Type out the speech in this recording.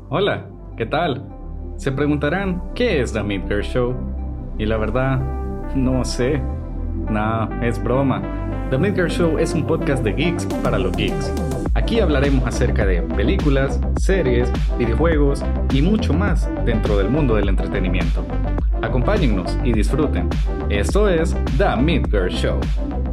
Hola, ¿qué tal? Se preguntarán, ¿qué es The Midgar Show? Y la verdad, no sé. Nah, es broma. The Midgar Show es un podcast de geeks para los geeks. Aquí hablaremos acerca de películas, series, videojuegos y mucho más dentro del mundo del entretenimiento. Acompáñennos y disfruten. Esto es The Midgar Show.